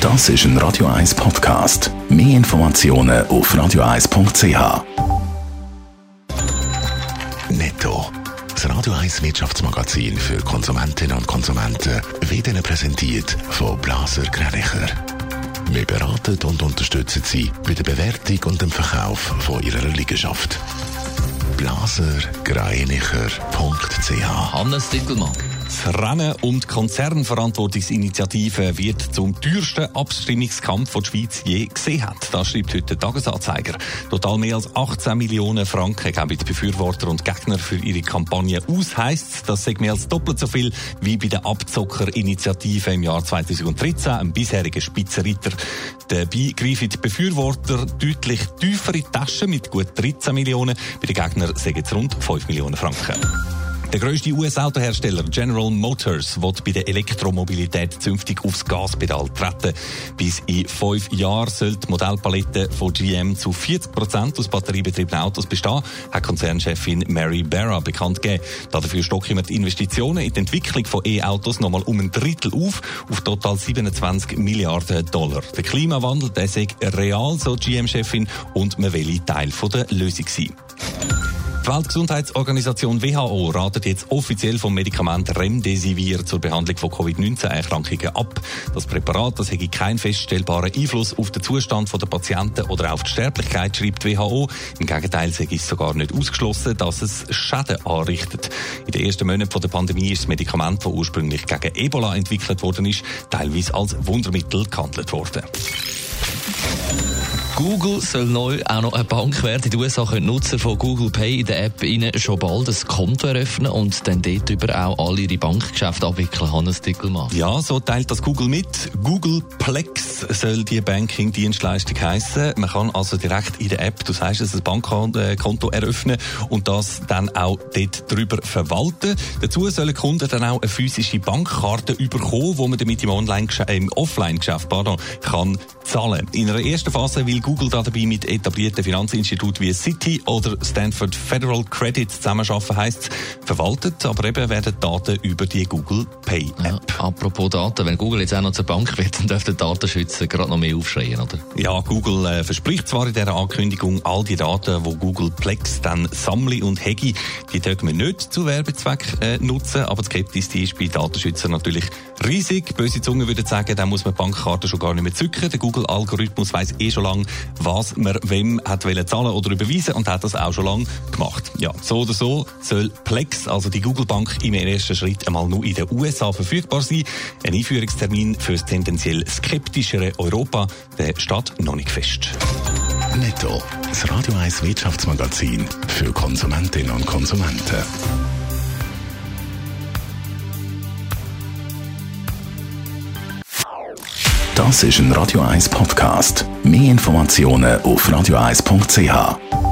Das ist ein Radio 1 Podcast. Mehr Informationen auf radio1.ch. Netto. Das Radio 1 Wirtschaftsmagazin für Konsumentinnen und Konsumenten wird Ihnen präsentiert von Blaser Greinicher. Wir beraten und unterstützen Sie bei der Bewertung und dem Verkauf von Ihrer Liegenschaft. blasergreinicher.ch. Hannes Dickelmann. Das Rennen um die Konzernverantwortungsinitiative wird zum teuersten Abstimmungskampf, den die Schweiz je gesehen hat. Das schreibt heute der Tagesanzeiger. Total mehr als 18 Millionen Franken geben die Befürworter und Gegner für ihre Kampagne aus. Heisst, das sei mehr als doppelt so viel wie bei der Abzockerinitiative im Jahr 2013, einem bisherigen Spitzenreiter. Dabei greifen die Befürworter deutlich tiefer in die Tasche mit gut 13 Millionen. Bei den Gegnern sagen es rund 5 Millionen Franken. Der grösste US-Autohersteller General Motors will bei der Elektromobilität zünftig aufs Gaspedal treten. Bis in 5 Jahren soll die Modellpalette von GM zu 40% aus batteriebetriebenen Autos bestehen, hat Konzernchefin Mary Barra bekannt gegeben. Dafür stocken wir die Investitionen in die Entwicklung von E-Autos nochmal um ein Drittel auf total 27 Milliarden $. Der Klimawandel, der sei real, so die GM-Chefin, und man will Teil der Lösung sein. Die Weltgesundheitsorganisation WHO ratet jetzt offiziell vom Medikament Remdesivir zur Behandlung von Covid-19-Erkrankungen ab. Das Präparat, das hätte keinen feststellbaren Einfluss auf den Zustand der Patienten oder auf die Sterblichkeit, schreibt die WHO. Im Gegenteil sei es sogar nicht ausgeschlossen, dass es Schäden anrichtet. In den ersten Monaten der Pandemie ist das Medikament, das ursprünglich gegen Ebola entwickelt worden ist, teilweise als Wundermittel gehandelt worden. Google soll neu auch noch eine Bank werden. In den USA können Nutzer von Google Pay in der App ihnen schon bald ein Konto eröffnen und dann dort über auch alle ihre Bankgeschäfte abwickeln. Hannes Dickelmann. Ja, so teilt das Google mit. Google Plex soll die Banking-Dienstleistung heissen. Man kann also direkt in der App, du sagst es, ein Bankkonto eröffnen und das dann auch dort drüber verwalten. Dazu sollen Kunden dann auch eine physische Bankkarte bekommen, wo man damit im Offline-Geschäft kann zahlen. In einer ersten Phase will Google dabei mit etablierten Finanzinstituten wie Citi oder Stanford Federal Credit zusammenarbeiten, heisst verwaltet, aber eben werden Daten über die Google Pay App. Ja, apropos Daten, wenn Google jetzt auch noch zur Bank wird, dann dürfen die Datenschützer gerade noch mehr aufschreien, oder? Ja, Google verspricht zwar in dieser Ankündigung, all die Daten, die Google Plex dann sammle und hege, die dürfen wir nicht zu Werbezweck nutzen, aber die Skepsis die ist bei Datenschützern natürlich riesig. Böse Zungen würden sagen, da muss man die Bankkarte schon gar nicht mehr zücken. Der Google-Algorithmus weiss schon lange, was man wem hat zahlen oder überweisen und hat das auch schon lange gemacht. Ja, so oder so soll Plex, also die Google-Bank, im ersten Schritt einmal nur in den USA verfügbar sein. Ein Einführungstermin für das tendenziell skeptischere Europa, der steht noch nicht fest. Netto. Das Radio 1 Wirtschaftsmagazin für Konsumentinnen und Konsumenten. Das ist ein Radio 1 Podcast. Mehr Informationen auf radio1.ch.